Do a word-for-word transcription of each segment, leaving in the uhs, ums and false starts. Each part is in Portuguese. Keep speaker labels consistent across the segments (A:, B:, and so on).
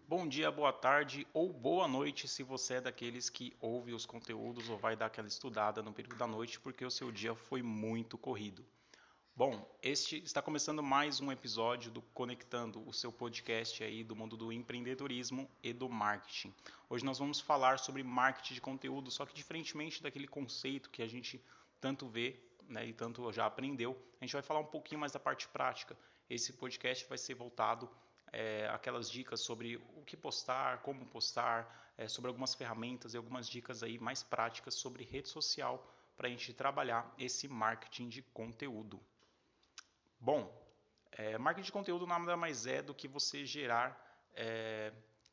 A: Bom dia, boa tarde ou boa noite se você é daqueles que ouve os conteúdos ou vai dar aquela estudada no período da noite porque o seu dia foi muito corrido. Bom, este está começando mais um episódio do Conectando, o seu podcast aí do mundo do empreendedorismo e do marketing. Hoje nós vamos falar sobre marketing de conteúdo, só que diferentemente daquele conceito que a gente tanto vê, né, e tanto já aprendeu, a gente vai falar um pouquinho mais da parte prática. Esse podcast vai ser voltado é, aquelas dicas sobre o que postar, como postar, é, sobre algumas ferramentas e algumas dicas aí mais práticas sobre rede social para a gente trabalhar esse marketing de conteúdo. Bom, é, marketing de conteúdo nada mais é do que você gerar é,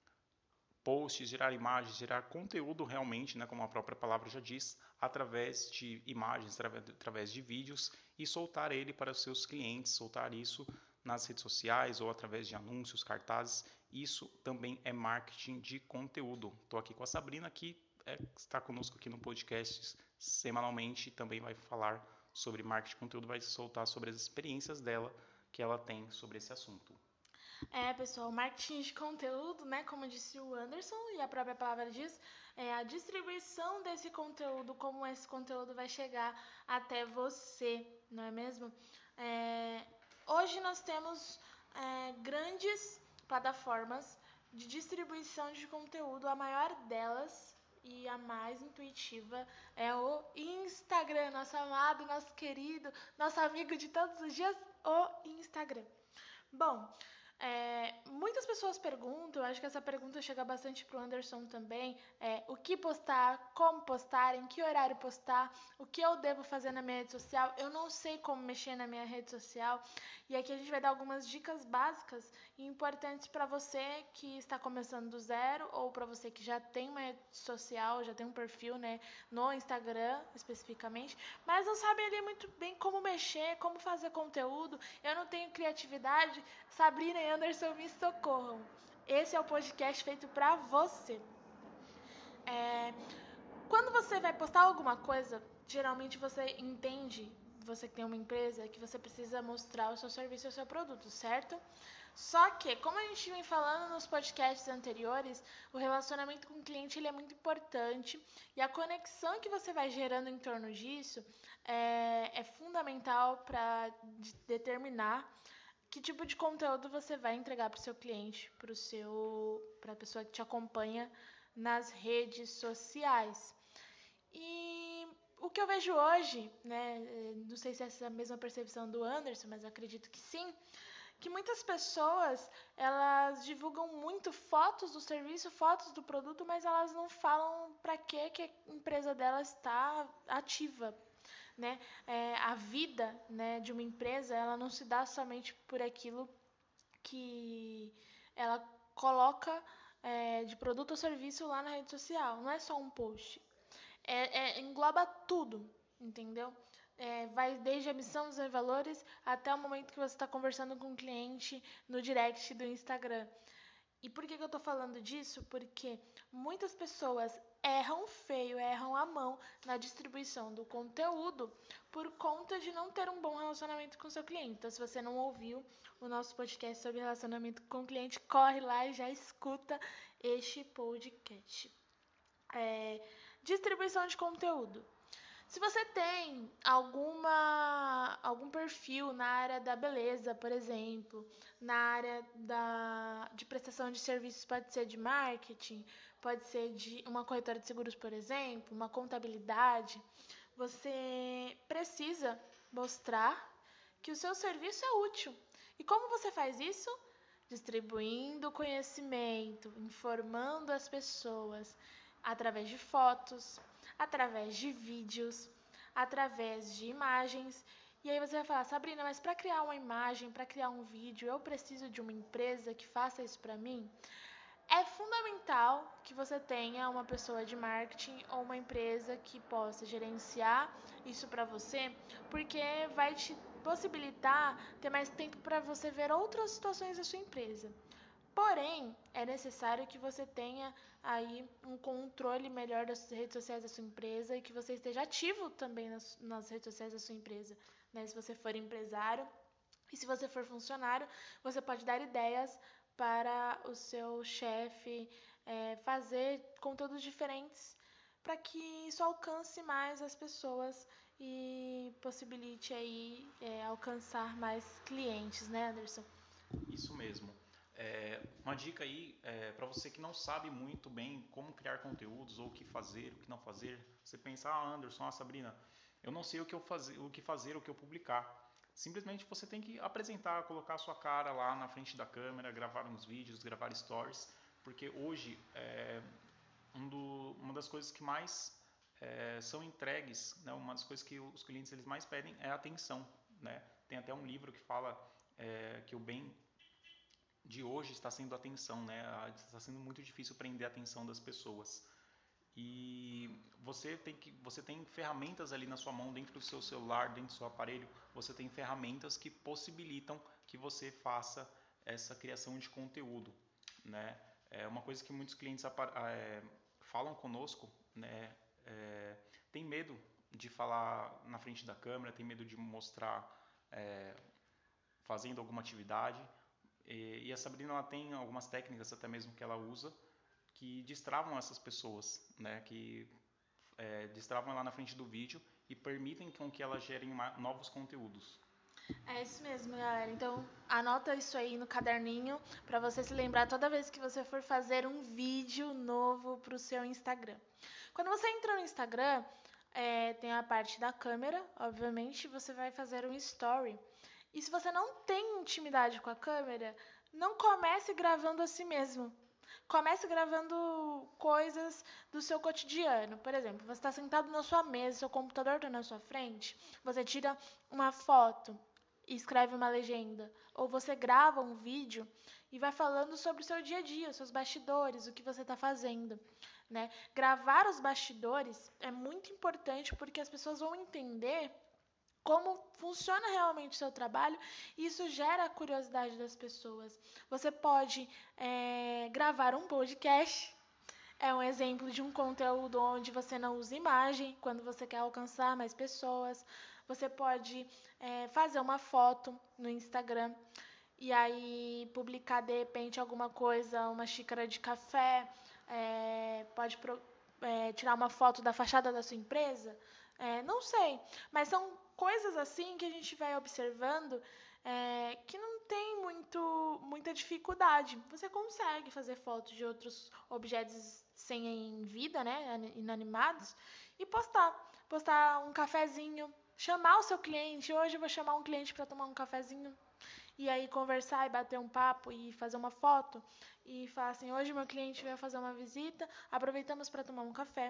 A: posts, gerar imagens, gerar conteúdo realmente, né, como a própria palavra já diz, através de imagens, através de vídeos e soltar ele para os seus clientes, soltar isso nas redes sociais ou através de anúncios, cartazes. Isso também é marketing de conteúdo. Estou aqui com a Sabrina, que é, está conosco aqui no podcast semanalmente, também vai falar sobre marketing de conteúdo, vai soltar sobre as experiências dela que ela tem sobre esse assunto.
B: É, pessoal, marketing de conteúdo, né, como disse o Anderson e a própria palavra diz, é a distribuição desse conteúdo, como esse conteúdo vai chegar até você, não é mesmo? É, hoje nós temos é, grandes plataformas de distribuição de conteúdo, a maior delas e a mais intuitiva é o Instagram, nosso amado, nosso querido, nosso amigo de todos os dias, o Instagram. Bom, é, muitas pessoas perguntam, eu acho que essa pergunta chega bastante para o Anderson também, é, o que postar, como postar, em que horário postar, o que eu devo fazer na minha rede social, eu não sei como mexer na minha rede social, e aqui a gente vai dar algumas dicas básicas e importantes para você que está começando do zero, ou para você que já tem uma rede social, já tem um perfil, né, no Instagram especificamente, mas não sabe ali muito bem como mexer, como fazer conteúdo, eu não tenho criatividade. Sabrina e Anderson, me socorram. Esse é o podcast feito para você. É, quando você vai postar alguma coisa, geralmente você entende, você que tem uma empresa, que você precisa mostrar o seu serviço e o seu produto, certo? Só que, como a gente vem falando nos podcasts anteriores, o relacionamento com o cliente ele é muito importante e a conexão que você vai gerando em torno disso é, é fundamental para determinar que tipo de conteúdo você vai entregar para o seu cliente, para o seu, para a pessoa que te acompanha nas redes sociais. E o que eu vejo hoje, né, não sei se é essa mesma percepção do Anderson, mas eu acredito que sim, que muitas pessoas, elas divulgam muito fotos do serviço, fotos do produto, mas elas não falam para que que a empresa dela está ativa, né? É, a vida, né, de uma empresa, ela não se dá somente por aquilo que ela coloca é, de produto ou serviço lá na rede social. Não é só um post. É, é, engloba tudo, entendeu? É, vai desde a missão dos valores até o momento que você está conversando com o cliente no direct do Instagram. E por que, que eu tô falando disso? Porque muitas pessoas erram feio, erram a mão na distribuição do conteúdo por conta de não ter um bom relacionamento com o seu cliente. Então, se você não ouviu o nosso podcast sobre relacionamento com o cliente, corre lá e já escuta este podcast. É, distribuição de conteúdo. Se você tem alguma, algum perfil na área da beleza, por exemplo, na área da, de prestação de serviços, pode ser de marketing, pode ser de uma corretora de seguros, por exemplo, uma contabilidade, você precisa mostrar que o seu serviço é útil. E como você faz isso? Distribuindo conhecimento, informando as pessoas através de fotos, através de vídeos, através de imagens. E aí você vai falar, Sabrina, mas para criar uma imagem, para criar um vídeo, eu preciso de uma empresa que faça isso para mim? É fundamental que você tenha uma pessoa de marketing ou uma empresa que possa gerenciar isso para você, porque vai te possibilitar ter mais tempo para você ver outras situações da sua empresa. Porém, é necessário que você tenha aí um controle melhor das redes sociais da sua empresa e que você esteja ativo também nas, nas redes sociais da sua empresa, né? Se você for empresário e se você for funcionário, você pode dar ideias para o seu chefe é, fazer conteúdos diferentes para que isso alcance mais as pessoas e possibilite aí é, alcançar mais clientes, né, Anderson?
A: Isso mesmo. É, uma dica aí é, para você que não sabe muito bem como criar conteúdos ou o que fazer, o que não fazer. Você pensa, ah, Anderson, ah, Sabrina, eu não sei o que, eu fazer, o que fazer, o que eu publicar. Simplesmente você tem que apresentar, colocar a sua cara lá na frente da câmera, gravar uns vídeos, gravar stories, porque hoje é, um do, uma das coisas que mais é, são entregues, né, uma das coisas que os clientes eles mais pedem é atenção, né? Tem até um livro que fala é, que o bem de hoje está sendo a atenção, né? Está sendo muito difícil prender a atenção das pessoas. E você tem que você tem ferramentas ali na sua mão, dentro do seu celular, dentro do seu aparelho, você tem ferramentas que possibilitam que você faça essa criação de conteúdo, né? É uma coisa que muitos clientes é, falam conosco, né? É, tem medo de falar na frente da câmera, tem medo de mostrar é, fazendo alguma atividade. E, e a Sabrina ela tem algumas técnicas até mesmo que ela usa que destravam essas pessoas, né? Que é, destravam ela na frente do vídeo e permitem com que elas gerem novos conteúdos.
B: É isso mesmo, galera. Então, anota isso aí no caderninho para você se lembrar toda vez que você for fazer um vídeo novo para o seu Instagram. Quando você entra no Instagram, é, tem a parte da câmera, obviamente, você vai fazer um story. E se você não tem intimidade com a câmera, não comece gravando a si mesmo. Comece gravando coisas do seu cotidiano. Por exemplo, você está sentado na sua mesa, seu computador está na sua frente, você tira uma foto e escreve uma legenda. Ou você grava um vídeo e vai falando sobre o seu dia a dia, os seus bastidores, o que você está fazendo. Né? Gravar os bastidores é muito importante porque as pessoas vão entender como funciona realmente o seu trabalho e isso gera a curiosidade das pessoas. Você pode é, gravar um podcast, é um exemplo de um conteúdo onde você não usa imagem, quando você quer alcançar mais pessoas. Você pode é, fazer uma foto no Instagram e aí publicar de repente alguma coisa, uma xícara de café, é, pode pro, é, tirar uma foto da fachada da sua empresa, é, não sei, mas são coisas assim que a gente vai observando é, que não tem muito, muita dificuldade. Você consegue fazer fotos de outros objetos sem vida, né, inanimados, e postar. Postar um cafezinho, chamar o seu cliente. Hoje eu vou chamar um cliente para tomar um cafezinho. E aí conversar e bater um papo e fazer uma foto. E falar assim, hoje meu cliente veio fazer uma visita, aproveitamos para tomar um café.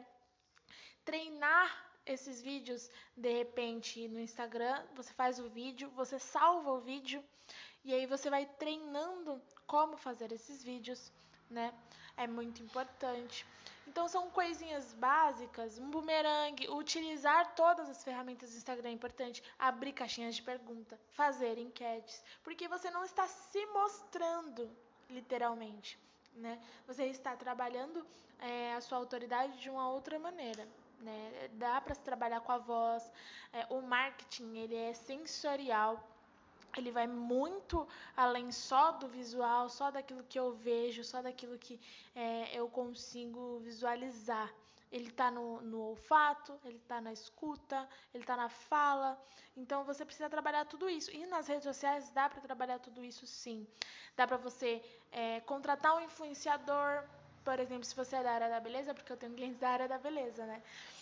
B: Treinar esses vídeos, de repente, no Instagram, você faz o vídeo, você salva o vídeo e aí você vai treinando como fazer esses vídeos, né? É muito importante. Então são coisinhas básicas, um bumerangue, utilizar todas as ferramentas do Instagram é importante, abrir caixinhas de pergunta, fazer enquetes, porque você não está se mostrando, literalmente, né? Você está trabalhando é, a sua autoridade de uma outra maneira. Né? Dá para se trabalhar com a voz. É, o marketing ele é sensorial, ele vai muito além só do visual, só daquilo que eu vejo, só daquilo que é, eu consigo visualizar. Ele está no, no olfato, ele está na escuta, ele está na fala. Então você precisa trabalhar tudo isso. E nas redes sociais dá para trabalhar tudo isso sim. Dá para você é, contratar um influenciador, por exemplo, se você é da área da beleza, porque eu tenho clientes da área da beleza, né?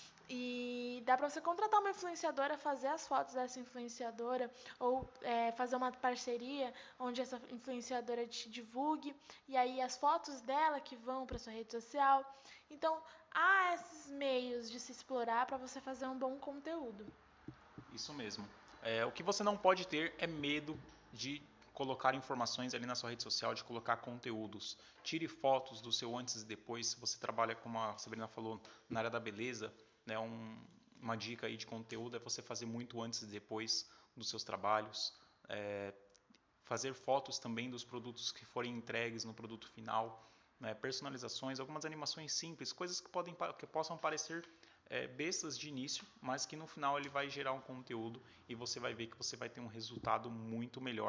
B: E dá para você contratar uma influenciadora, fazer as fotos dessa influenciadora ou é, fazer uma parceria onde essa influenciadora te divulgue e aí as fotos dela que vão para sua rede social. Então, há esses meios de se explorar para você fazer um bom conteúdo.
A: Isso mesmo. É, o que você não pode ter é medo de colocar informações ali na sua rede social, de colocar conteúdos. Tire fotos do seu antes e depois. Se você trabalha, como a Sabrina falou, na área da beleza, né, um, uma dica aí de conteúdo é você fazer muito antes e depois dos seus trabalhos. É, fazer fotos também dos produtos que forem entregues no produto final. Né, personalizações, algumas animações simples, coisas que, podem, que possam parecer é, bestas de início, mas que no final ele vai gerar um conteúdo e você vai ver que você vai ter um resultado muito melhor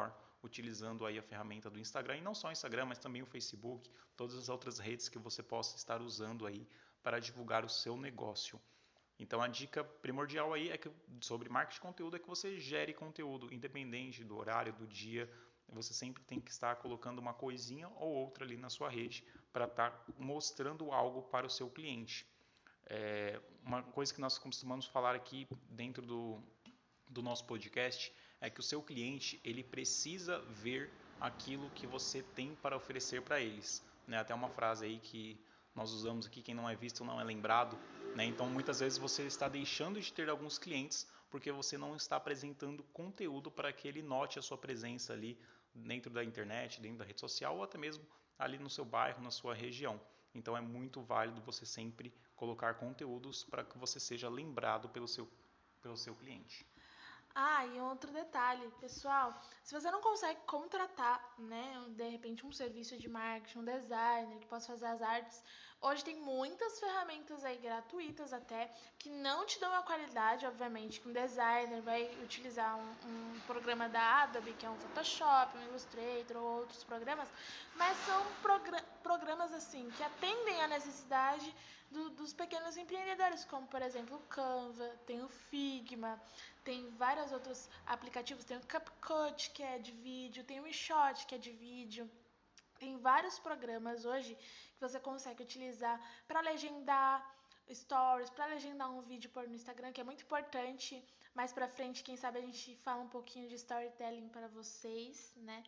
A: utilizando aí a ferramenta do Instagram, e não só o Instagram, mas também o Facebook, todas as outras redes que você possa estar usando aí para divulgar o seu negócio. Então a dica primordial aí é que sobre marketing de conteúdo é que você gere conteúdo, independente do horário, do dia, você sempre tem que estar colocando uma coisinha ou outra ali na sua rede para estar mostrando algo para o seu cliente. É, uma coisa que nós costumamos falar aqui dentro do, do nosso podcast é que o seu cliente ele precisa ver aquilo que você tem para oferecer para eles. Né? Até uma frase aí que nós usamos aqui, quem não é visto não é lembrado. Né? Então muitas vezes você está deixando de ter alguns clientes porque você não está apresentando conteúdo para que ele note a sua presença ali dentro da internet, dentro da rede social ou até mesmo ali no seu bairro, na sua região. Então é muito válido você sempre colocar conteúdos para que você seja lembrado pelo seu, pelo seu cliente.
B: Ah, e outro detalhe, pessoal, se você não consegue contratar, né, de repente um serviço de marketing, um designer que possa fazer as artes, hoje tem muitas ferramentas aí gratuitas até, que não te dão a qualidade, obviamente, que um designer vai utilizar um, um programa da Adobe, que é um Photoshop, um Illustrator ou outros programas, mas são progra- programas assim, que atendem à necessidade do, dos pequenos empreendedores, como por exemplo o Canva, tem o Figma, tem vários outros aplicativos, tem o CapCut, que é de vídeo, tem o InShot, que é de vídeo. Tem vários programas hoje que você consegue utilizar para legendar stories, para legendar um vídeo por no Instagram, que é muito importante. Mais pra frente, quem sabe a gente fala um pouquinho de storytelling para vocês, né?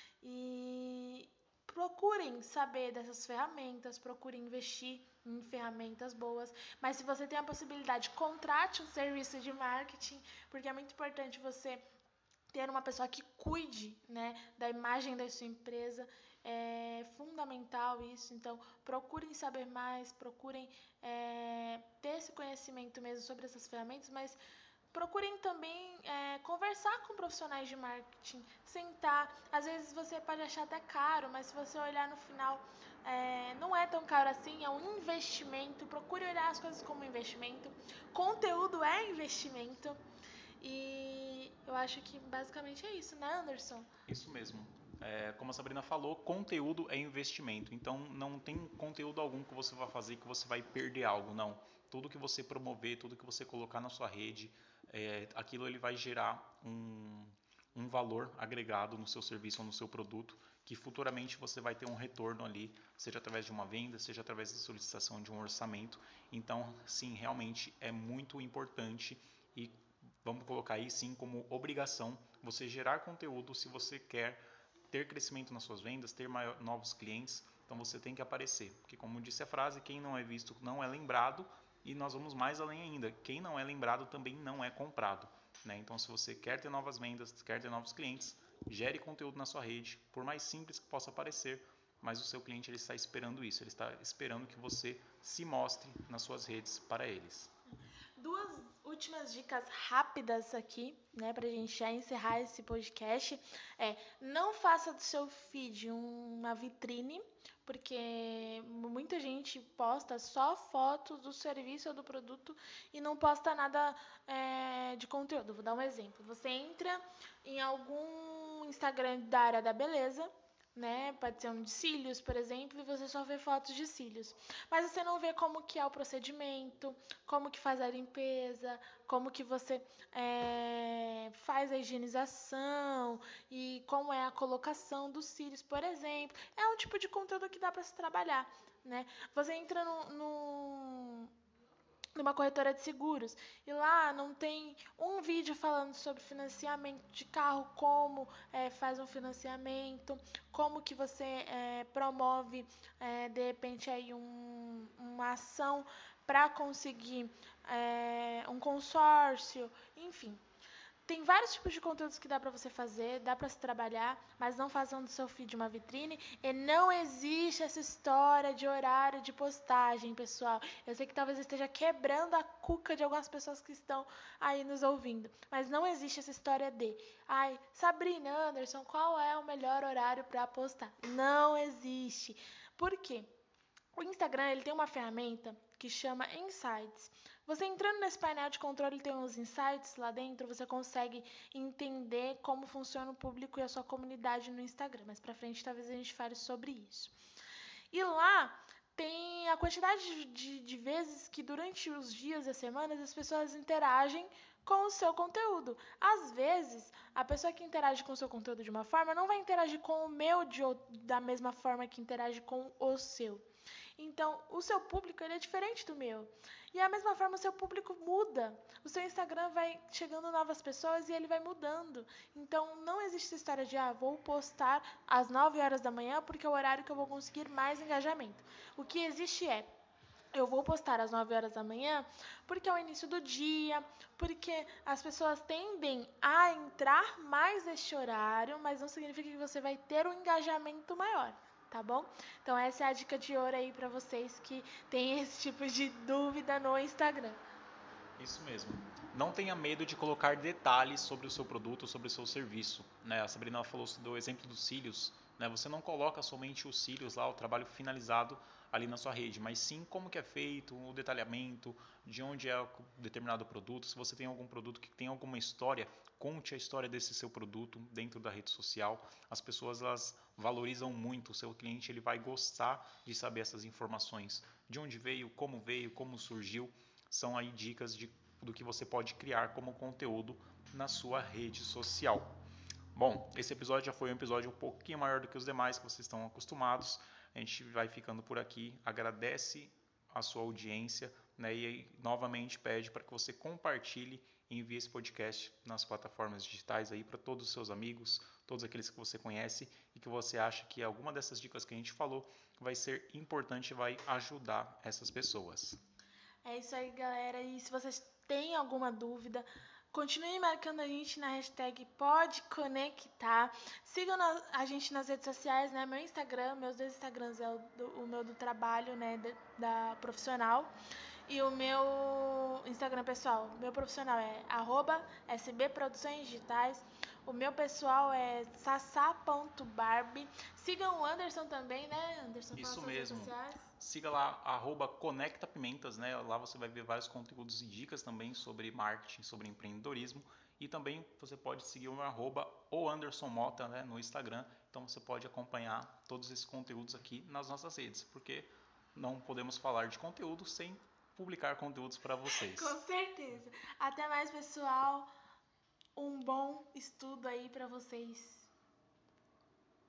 B: E procurem saber dessas ferramentas, procurem investir em ferramentas boas, mas se você tem a possibilidade, contrate um serviço de marketing, porque é muito importante você ter uma pessoa que cuide, né, da imagem da sua empresa, é fundamental isso, então procurem saber mais, procurem é, ter esse conhecimento mesmo sobre essas ferramentas, mas procurem também é, conversar com profissionais de marketing, sentar. Às vezes você pode achar até caro, mas se você olhar no final, é, não é tão caro assim, é um investimento. Procure olhar as coisas como investimento. Conteúdo é investimento. E eu acho que basicamente é isso, né, Anderson?
A: Isso mesmo. É, como a Sabrina falou, conteúdo é investimento. Então não tem conteúdo algum que você vai fazer que você vai perder algo, não. Tudo que você promover, tudo que você colocar na sua rede, é, aquilo ele vai gerar um, um valor agregado no seu serviço ou no seu produto, que futuramente você vai ter um retorno ali, seja através de uma venda, seja através da solicitação de um orçamento. Então, sim, realmente é muito importante e vamos colocar aí sim como obrigação você gerar conteúdo se você quer ter crescimento nas suas vendas, ter maior, novos clientes. Então você tem que aparecer, porque como disse a frase, quem não é visto não é lembrado, e nós vamos mais além ainda, quem não é lembrado também não é comprado. Né? Então se você quer ter novas vendas, quer ter novos clientes, gere conteúdo na sua rede, por mais simples que possa parecer, mas o seu cliente ele está esperando isso, ele está esperando que você se mostre nas suas redes para eles.
B: Duas últimas dicas rápidas aqui, né, pra gente já encerrar esse podcast. É, não faça do seu feed uma vitrine, porque muita gente posta só fotos do serviço ou do produto e não posta nada é, de conteúdo. Vou dar um exemplo. Você entra em algum Instagram da área da beleza, né? Pode ser um de cílios, por exemplo, e você só vê fotos de cílios. Mas você não vê como que é o procedimento, como que faz a limpeza, como que você é, faz a higienização e como é a colocação dos cílios, por exemplo. É um tipo de conteúdo que dá para se trabalhar, né? Você entra no, no numa corretora de seguros e lá não tem um vídeo falando sobre financiamento de carro, como é, faz um financiamento, como que você é, promove é, de repente aí um, uma ação para conseguir é, um consórcio, enfim. Tem vários tipos de conteúdos que dá para você fazer, dá para se trabalhar, mas não façam do seu feed uma vitrine. E não existe essa história de horário de postagem, pessoal. Eu sei que talvez eu esteja quebrando a cuca de algumas pessoas que estão aí nos ouvindo, mas não existe essa história de, ai, Sabrina, Anderson, qual é o melhor horário para postar? Não existe. Por quê? O Instagram ele tem uma ferramenta que chama Insights. Você entrando nesse painel de controle, tem uns insights lá dentro, você consegue entender como funciona o público e a sua comunidade no Instagram. Mais pra frente, talvez a gente fale sobre isso. E lá tem a quantidade de, de, de vezes que durante os dias e as semanas as pessoas interagem com o seu conteúdo. Às vezes, a pessoa que interage com o seu conteúdo de uma forma não vai interagir com o meu de, da mesma forma que interage com o seu. Então, o seu público ele é diferente do meu. E da mesma forma, o seu público muda. O seu Instagram vai chegando novas pessoas e ele vai mudando. Então, não existe história de, ah, vou postar às nove horas da manhã porque é o horário que eu vou conseguir mais engajamento. O que existe é, eu vou postar às nove horas da manhã porque é o início do dia, porque as pessoas tendem a entrar mais neste horário, mas não significa que você vai ter um engajamento maior. Tá bom? Então essa é a dica de ouro aí para vocês que têm esse tipo de dúvida no Instagram.
A: Isso mesmo. Não tenha medo de colocar detalhes sobre o seu produto, sobre o seu serviço. Né? A Sabrina falou do exemplo dos cílios. Né? Você não coloca somente os cílios lá, o trabalho finalizado ali na sua rede, mas sim como que é feito, o detalhamento, de onde é o determinado produto. Se você tem algum produto que tem alguma história, conte a história desse seu produto dentro da rede social. As pessoas elas valorizam muito, o seu cliente ele vai gostar de saber essas informações. De onde veio, como veio, como surgiu. São aí dicas de, do que você pode criar como conteúdo na sua rede social. Bom, esse episódio já foi um episódio um pouquinho maior do que os demais que vocês estão acostumados. A gente vai ficando por aqui. Agradece a sua audiência, né, e novamente pede para que você compartilhe e envie esse podcast nas plataformas digitais aí para todos os seus amigos, todos aqueles que você conhece e que você acha que alguma dessas dicas que a gente falou vai ser importante e vai ajudar essas pessoas.
B: É isso aí, galera. E se vocês têm alguma dúvida, continue marcando a gente na hashtag Pode Conectar. Sigam na, a gente nas redes sociais, né? Meu Instagram, meus dois Instagrams é o, do, o meu do trabalho, né? Da, da profissional. E o meu Instagram pessoal, meu profissional é arroba sbproduções digitais. O meu pessoal é sassá ponto barbie. Sigam o Anderson também, né? Anderson, fala
A: Isso
B: suas redes
A: mesmo.
B: sociais.
A: Siga lá, arroba Conecta Pimentas, né? Lá você vai ver vários conteúdos e dicas também sobre marketing, sobre empreendedorismo. E também você pode seguir o arroba o Anderson Mota, né, no Instagram. Então você pode acompanhar todos esses conteúdos aqui nas nossas redes, porque não podemos falar de conteúdo sem publicar conteúdos para vocês.
B: Com certeza. Até mais, pessoal. Um bom estudo aí para vocês.